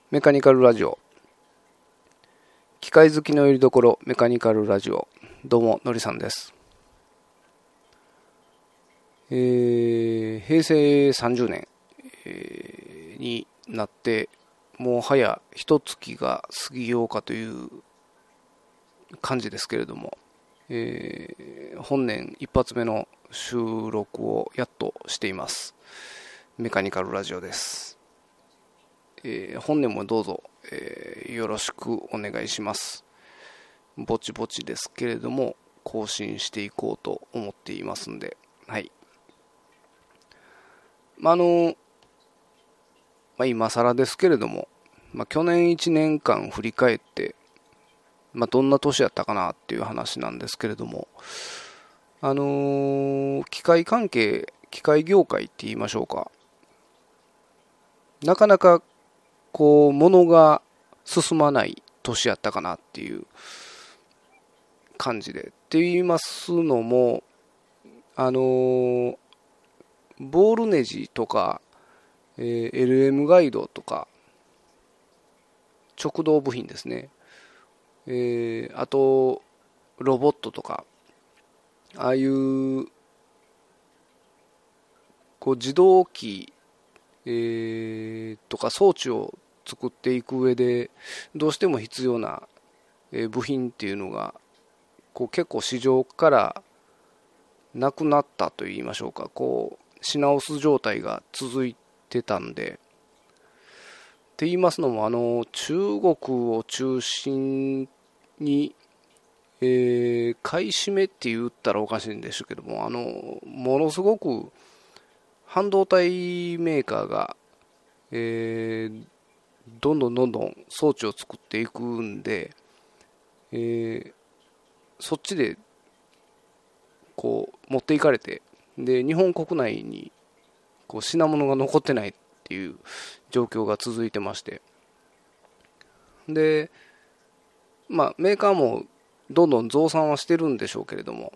メカニカルラジオ、機械好きのよりどころメカニカルラジオ。どうものりさんです。平成30年、になってもう早一月が過ぎようかという感じですけれども、本年一発目の収録をやっとしています。メカニカルラジオです。本年もどうぞ、よろしくお願いします。ぼちぼちですけれども更新していこうと思っていますんで、はい。今更ですけれども、去年1年間振り返って、どんな年やったかなっていう話なんですけれども、機械関係、機械業界って言いましょうか、なかなかこう物が進まない年やったかなっていう感じで、って言いますのも、ボールネジとか、LM ガイドとか直動部品ですね、あとロボットとか、ああいうこう自動機、とか装置を作っていく上でどうしても必要な、部品っていうのがこう結構市場からなくなったといいましょうか、こう品薄状態が続いてたんで、って言いますのも中国を中心に、買い占めって言ったらおかしいんでしょうけども、ものすごく半導体メーカーが、どんどん装置を作っていくんで、そっちでこう持っていかれて、で日本国内にこう品物が残ってないっていう状況が続いてまして、でメーカーもどんどん増産はしてるんでしょうけれども、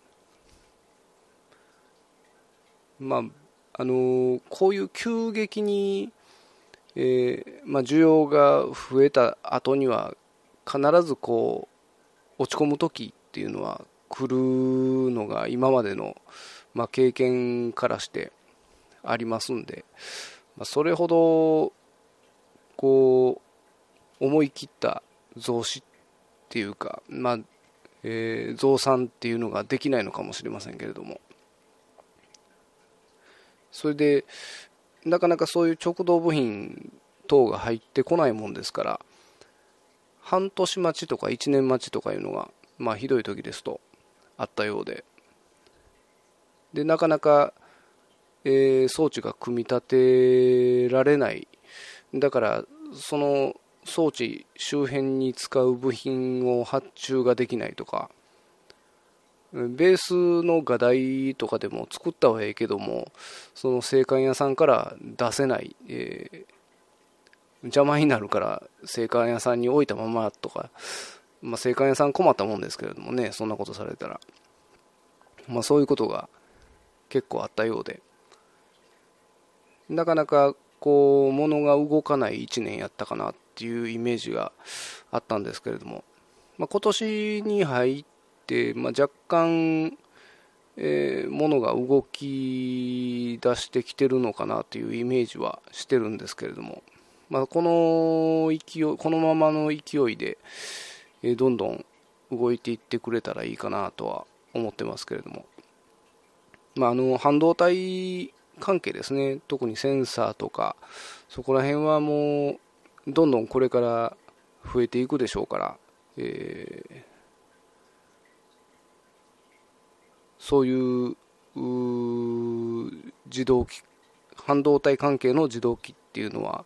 こういう急激に、需要が増えた後には必ずこう落ち込む時っていうのは来るのが今までの、経験からしてありますんで、それほどこう思い切った増資っていうか、増産っていうのができないのかもしれませんけれども、それでなかなかそういう直動部品等が入ってこないもんですから、半年待ちとか1年待ちとかいうのがひどい時ですとあったようで、なかなか、装置が組み立てられない。だからその装置周辺に使う部品を発注ができないとか、ベースの画題とかでも作ったはいいけども、その製管屋さんから出せない、邪魔になるから製管屋さんに置いたままとか、製管屋さん困ったもんですけれどもね、そんなことされたら、そういうことが結構あったようで、なかなかこう物が動かない1年やったかなっていうイメージがあったんですけれども、今年に入って、若干、物が動き出してきてるのかなというイメージはしてるんですけれども、このままの勢いで、どんどん動いていってくれたらいいかなとは思ってますけれども、半導体関係ですね、特にセンサーとかそこら辺はもうどんどんこれから増えていくでしょうから、そういう自動機、半導体関係の自動機っていうのは、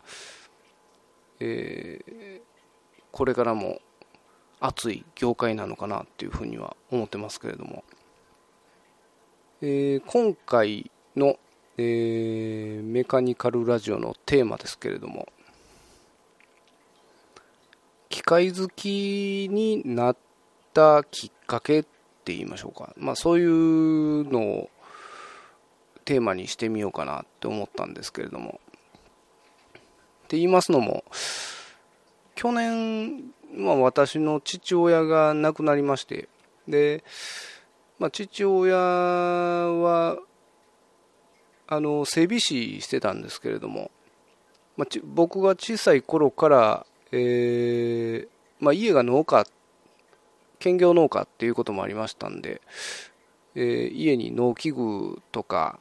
これからも熱い業界なのかなっていうふうには思ってますけれども、今回の、メカニカルラジオのテーマですけれども、機械好きになったきっかけって言いましょうか、そういうのをテーマにしてみようかなって思ったんですけれども、って言いますのも、 去年、私の父親が亡くなりまして、で、父親は整備士してたんですけれども、僕が小さい頃から、家が農家、兼業農家っていうこともありましたんで、家に農機具とか、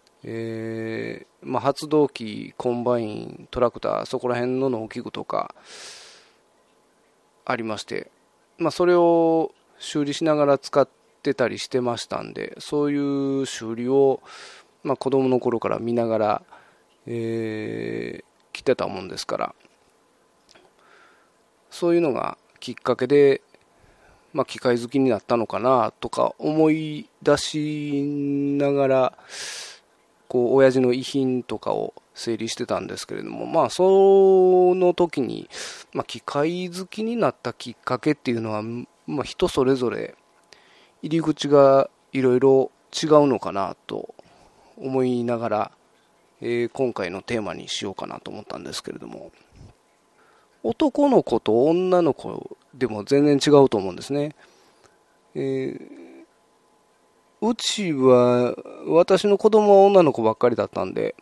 発動機、コンバイン、トラクター、そこら辺の農機具とかありまして、それを修理しながら使ってたりしてましたんで、そういう修理を、子供の頃から見ながら、来てたもんですから、そういうのがきっかけで、機械好きになったのかなとか思い出しながら、親父の遺品とかを整理してたんですけれども、その時に、機械好きになったきっかけっていうのは、人それぞれ入り口がいろいろ違うのかなと思いながら、今回のテーマにしようかなと思ったんですけれども、男の子と女の子でも全然違うと思うんですね。うちは私の子供は女の子ばっかりだったんで、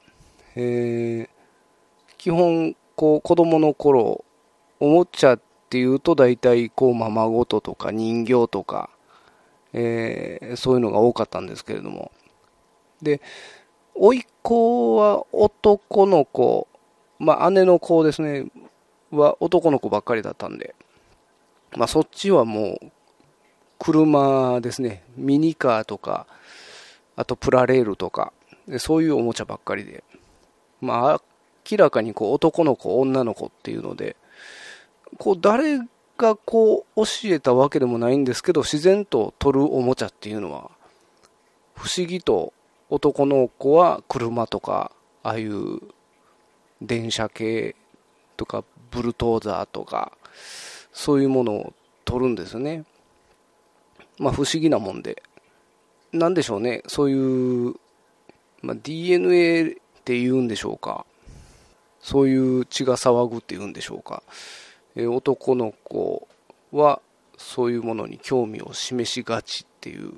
基本子供の頃おもちゃっていうと大体ままごととか人形とか、そういうのが多かったんですけれども、で甥っ子は男の子、姉の子ですねは男の子ばっかりだったんで、そっちはもう車ですね、ミニカーとか、あとプラレールとか、そういうおもちゃばっかりで、明らかに男の子、女の子っていうので、誰が教えたわけでもないんですけど、自然と取るおもちゃっていうのは、不思議と男の子は車とか、ああいう電車系とか、ブルトーザーとか、そういうものを取るんですよね。不思議なもんで。なんでしょうね、そういう、DNA っていうんでしょうか。そういう血が騒ぐっていうんでしょうか。男の子はそういうものに興味を示しがちっていう。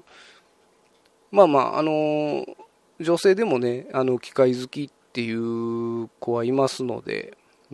女性でもね、機械好きっていう子はいますので、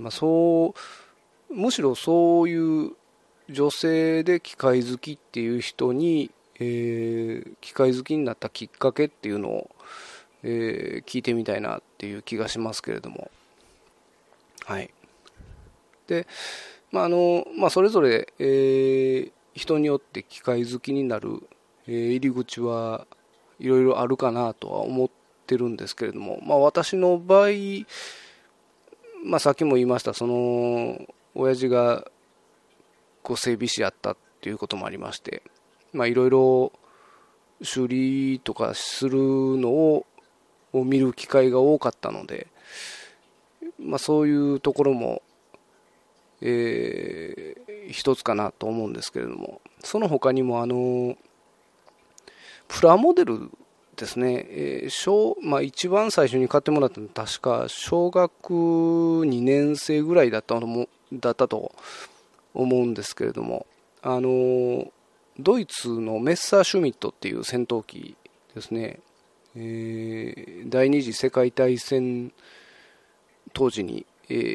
むしろそういう女性で機械好きっていう人に、機械好きになったきっかけっていうのを、聞いてみたいなっていう気がしますけれども、はい。で、それぞれ、人によって機械好きになる、入り口はいろいろあるかなとは思ってるんですけれども、私の場合、さっきも言いました、その親父が整備士やったっていうこともありまして、いろいろ修理とかするのを見る機会が多かったので、そういうところも、一つかなと思うんですけれども、その他にもプラモデルですね、一番最初に買ってもらったのは確か小学2年生ぐらいだったと思うんですけれども、ドイツのメッサーシュミットっていう戦闘機ですね、第二次世界大戦当時に、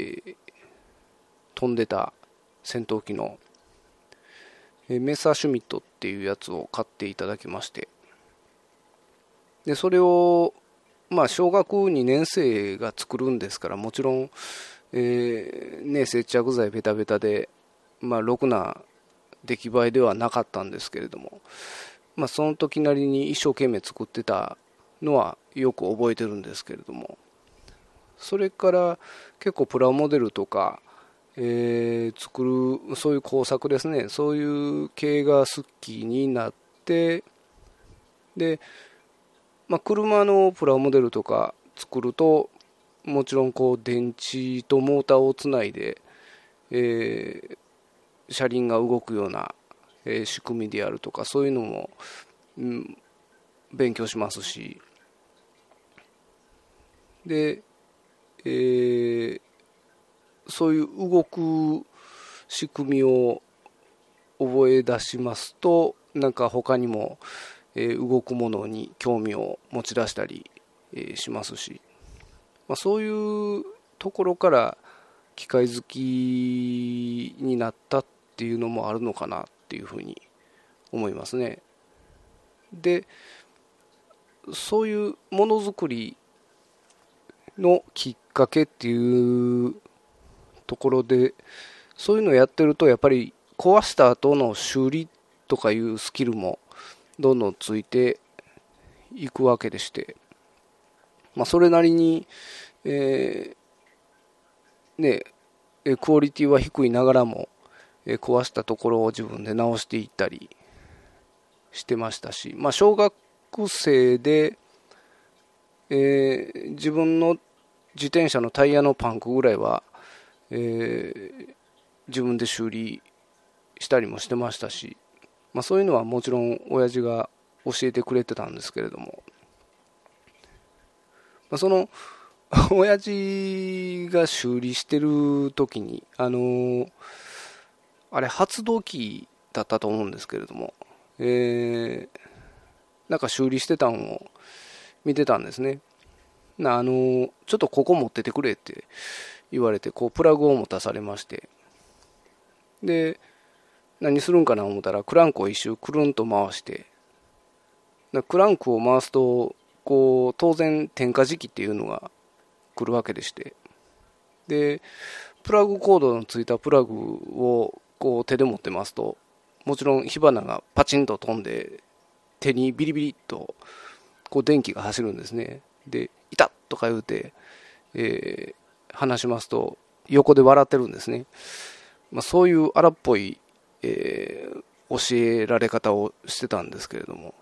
飛んでた戦闘機の、メッサーシュミットっていうやつを買っていただきまして、でそれを小学2年生が作るんですから、もちろん、接着剤ベタベタで、ろくな出来栄えではなかったんですけれども、その時なりに一生懸命作ってたのはよく覚えてるんですけれども、それから結構プラモデルとか、作るそういう工作ですね、そういう系が好きになって、で、車のプラモデルとか作ると、もちろん電池とモーターをつないで、車輪が動くような、仕組みであるとか、そういうのも、勉強しますし、で、そういう動く仕組みを覚え出しますと、なんか他にも、動くものに興味を持ち出したり、しますし、そういうところから機械好きになったっていうのもあるのかなっていうふうに思いますね。で、そういうものづくりのきっかけっていうところで、そういうのをやってるとやっぱり壊した後の修理とかいうスキルもどんどんついていくわけでして、それなりに、ね、クオリティは低いながらも、壊したところを自分で直していったりしてましたし、小学生で、自分の自転車のタイヤのパンクぐらいは、自分で修理したりもしてましたし、そういうのはもちろん親父が教えてくれてたんですけれども、その親父が修理してる時にあれ発動機だったと思うんですけれども、なんか修理してたんを見てたんですね。ちょっとここ持っててくれって言われて、こうプラグを持たされまして、で何するんかな思ったらクランクを一周くるんと回して、クランクを回すとこう当然点火時期っていうのが来るわけでして、でプラグコードのついたプラグをこう手で持ってますと、もちろん火花がパチンと飛んで手にビリビリっとこう電気が走るんですね。でいたっとか言うて、離しますと横で笑ってるんですね。そういう荒っぽい、教えられ方をしてたんですけれども、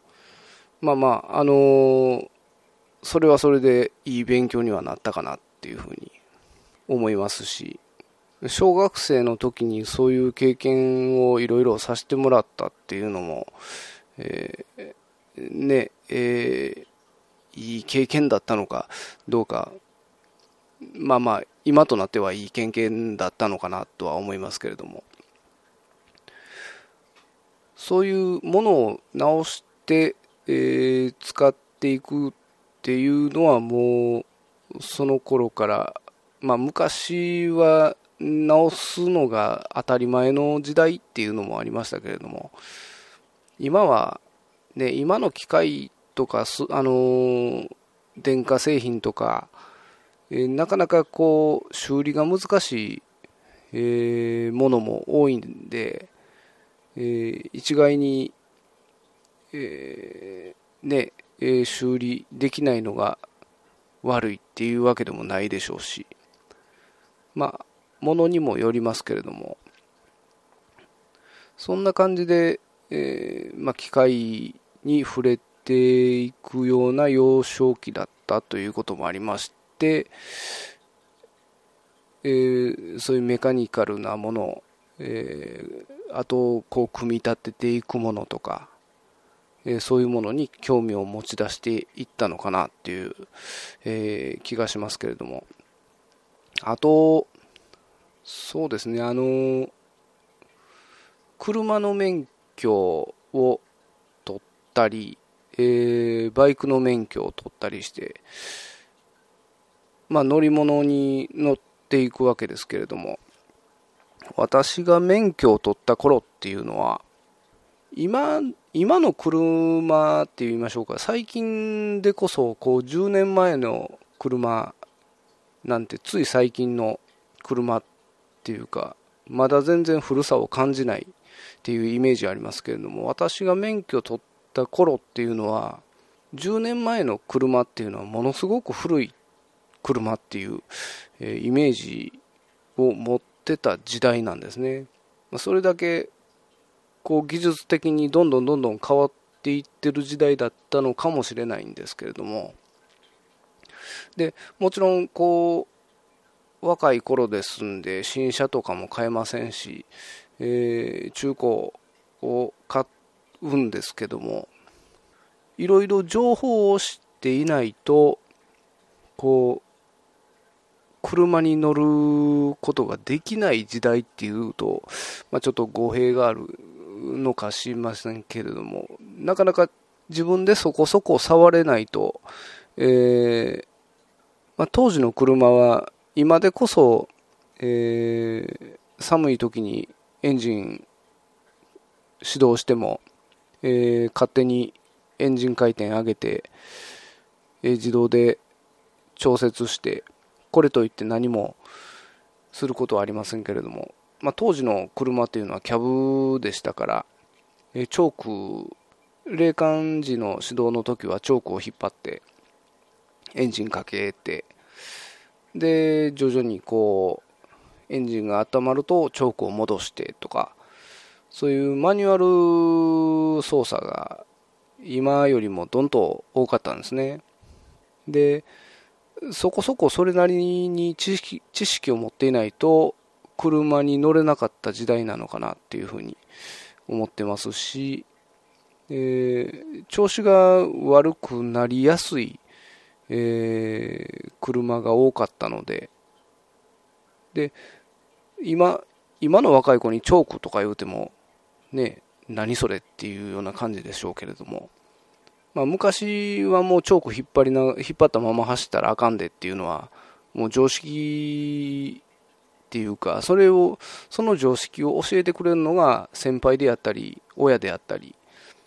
それはそれでいい勉強にはなったかなっていうふうに思いますし、小学生の時にそういう経験をいろいろさせてもらったっていうのも、いい経験だったのかどうか、今となってはいい経験だったのかなとは思いますけれども、そういうものを直して、使っていくっていうのはもうその頃から、昔は直すのが当たり前の時代っていうのもありましたけれども、今はね、今の機械とか電化製品とか、なかなかこう修理が難しい、ものも多いんで、一概に、修理できないのが悪いっていうわけでもないでしょうし、ものにもよりますけれども、そんな感じで、機械に触れていくような幼少期だったということもありまして、そういうメカニカルなもの、あとこう組み立てていくものとか、そういうものに興味を持ち出していったのかなっていう、気がしますけれども、あとそうですね、車の免許を取ったり、バイクの免許を取ったりして、乗り物に乗っていくわけですけれども、私が免許を取った頃っていうのは、今の車って言いましょうか、最近でこそこう10年前の車なんてつい最近の車っていうか、まだ全然古さを感じないっていうイメージありますけれども、私が免許を取った頃っていうのは10年前の車っていうのはものすごく古い車っていう、イメージを持ってた時代なんですね。それだけこう技術的にどんどん変わっていってる時代だったのかもしれないんですけれども、でもちろんこう若い頃ですんで新車とかも買えませんし、中古を買うんですけども、いろいろ情報を知っていないとこう車に乗ることができない時代っていうと、ちょっと語弊があるのかしれませんけれども、なかなか自分でそこそこ触れないと、当時の車は今でこそ、寒い時にエンジン始動しても、勝手にエンジン回転上げて、自動で調節して、これといって何もすることはありませんけれども、当時の車っていうのはキャブでしたから、チョーク、冷感時の始動の時はチョークを引っ張ってエンジンかけて、で徐々にこうエンジンが温まるとチョークを戻してとか、そういうマニュアル操作が今よりもどんと多かったんですね。でそこそこそれなりに知識を持っていないと車に乗れなかった時代なのかなっていうふうに思ってますし、調子が悪くなりやすい、車が多かったので、今の若い子にチョークとか言うてもね、何それっていうような感じでしょうけれども、昔はもうチョーク引っ張ったまま走ったらあかんでっていうのはもう常識っていうか、その常識を教えてくれるのが先輩であったり親であったり、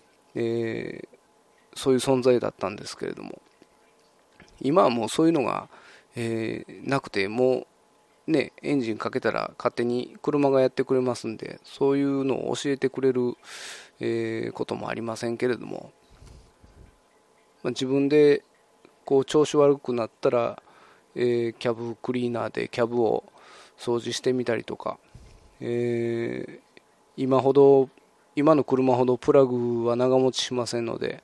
そういう存在だったんですけれども、今はもうそういうのが、なくて、もうね、エンジンかけたら勝手に車がやってくれますんで、そういうのを教えてくれる、こともありませんけれども、自分でこう調子悪くなったら、キャブクリーナーでキャブを掃除してみたりとか、今の車ほどプラグは長持ちしませんので、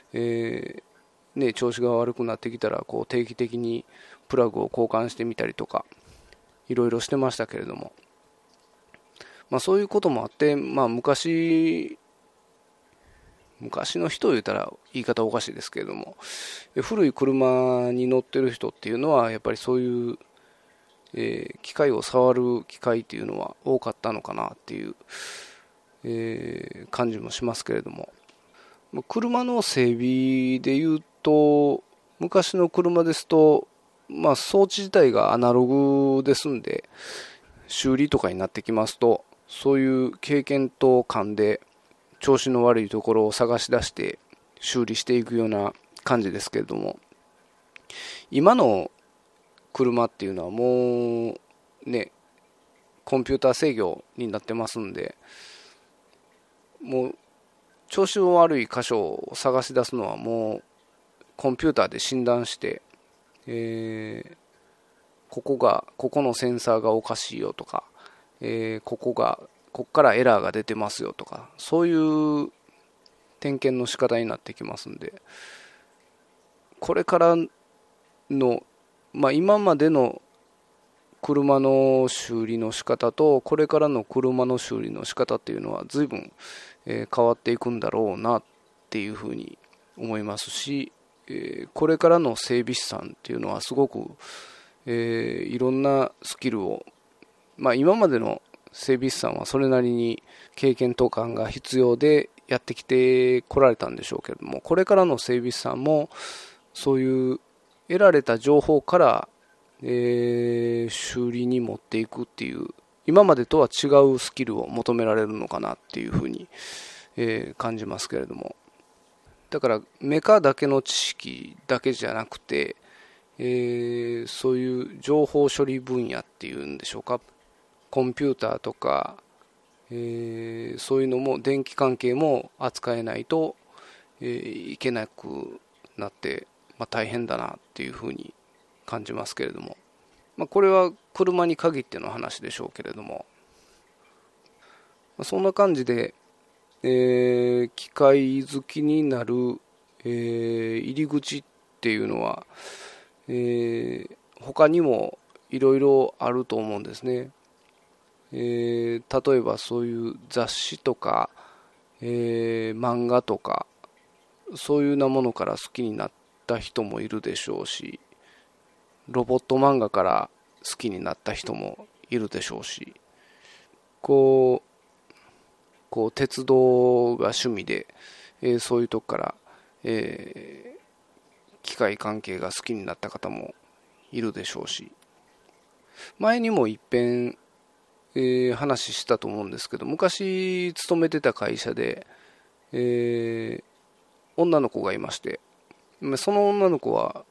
調子が悪くなってきたらこう定期的にプラグを交換してみたりとかいろいろしてましたけれども、そういうこともあって、昔の人を言ったら言い方おかしいですけれども、古い車に乗ってる人っていうのはやっぱりそういう、機械を触る機会っていうのは多かったのかなっていう、感じもしますけれども、車の整備でいうと昔の車ですと、装置自体がアナログですんで、修理とかになってきますとそういう経験と勘で調子の悪いところを探し出して修理していくような感じですけれども、今の車っていうのはもうね、コンピューター制御になってますんで、もう調子の悪い箇所を探し出すのはもうコンピューターで診断して、ここのセンサーがおかしいよとか、ここからエラーが出てますよとか、そういう点検の仕方になってきますんで、これからの、今までの車の修理の仕方とこれからの車の修理の仕方っていうのは随分、変わっていくんだろうなっていうふうに思いますし、これからの整備士さんっていうのはすごく、いろんなスキルを、今までの整備士さんはそれなりに経験と感が必要でやってきてこられたんでしょうけれども、これからの整備士さんもそういう得られた情報から、修理に持っていくっていう、今までとは違うスキルを求められるのかなっていうふうに、感じますけれども、だからメカだけの知識だけじゃなくて、そういう情報処理分野っていうんでしょうか、コンピューターとか、そういうのも電気関係も扱えないと、いけなくなって、大変だなっていうふうに感じますけれども、これは車に限っての話でしょうけれども、そんな感じで、機械好きになる、入り口っていうのは、他にもいろいろあると思うんですね。例えばそういう雑誌とか、漫画とかそういうようなものから好きになった人もいるでしょうし、ロボット漫画から好きになった人もいるでしょうし、こう鉄道が趣味で、そういうとこから、機械関係が好きになった方もいるでしょうし、前にも一遍、話したと思うんですけど、昔勤めてた会社で、女の子がいまして、その女の子は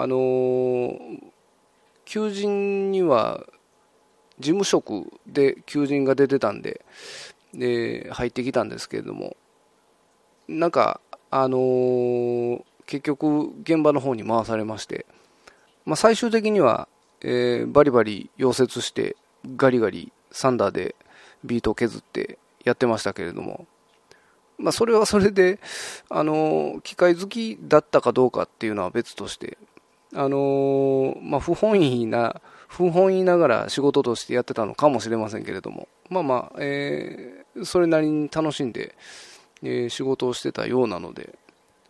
求人には事務職で求人が出てたんで、入ってきたんですけれども、なんか結局現場の方に回されまして、最終的には、バリバリ溶接してガリガリサンダーでビートを削ってやってましたけれども、それはそれで機械好きだったかどうかっていうのは別として、不本意ながら仕事としてやってたのかもしれませんけれども、それなりに楽しんで、仕事をしてたようなので、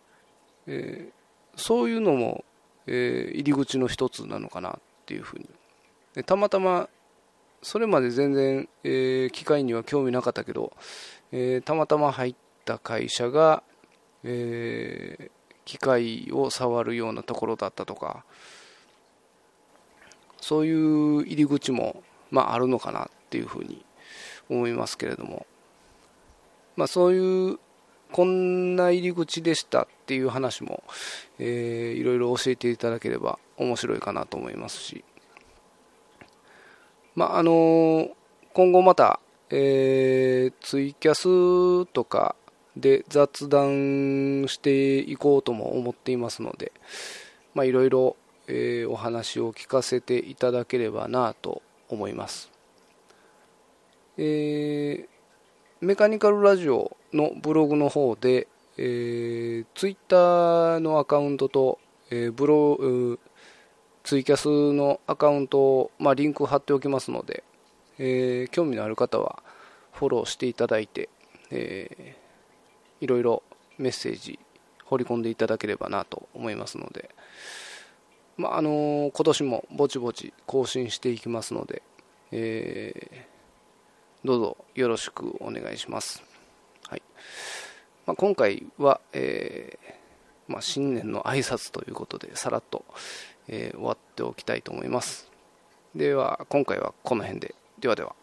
そういうのも、入り口の一つなのかなっていうふうに。でたまたまそれまで全然、機械には興味なかったけど、たまたま入った会社が、機械を触るようなところだったとか、そういう入り口も、あるのかなっていうふうに思いますけれども、そういうこんな入り口でしたっていう話も、いろいろ教えていただければ面白いかなと思いますし、今後また、ツイキャスとかで雑談していこうとも思っていますので、いろいろお話を聞かせていただければなと思います。メカニカルラジオのブログの方で、ツイッターのアカウントと、ツイキャスのアカウントを、リンク貼っておきますので、興味のある方はフォローしていただいて、いろいろメッセージ放り込んでいただければなと思いますので、今年もぼちぼち更新していきますので、どうぞよろしくお願いします。はい。今回は、新年の挨拶ということでさらっと、終わっておきたいと思います。では今回はこの辺で。ではでは。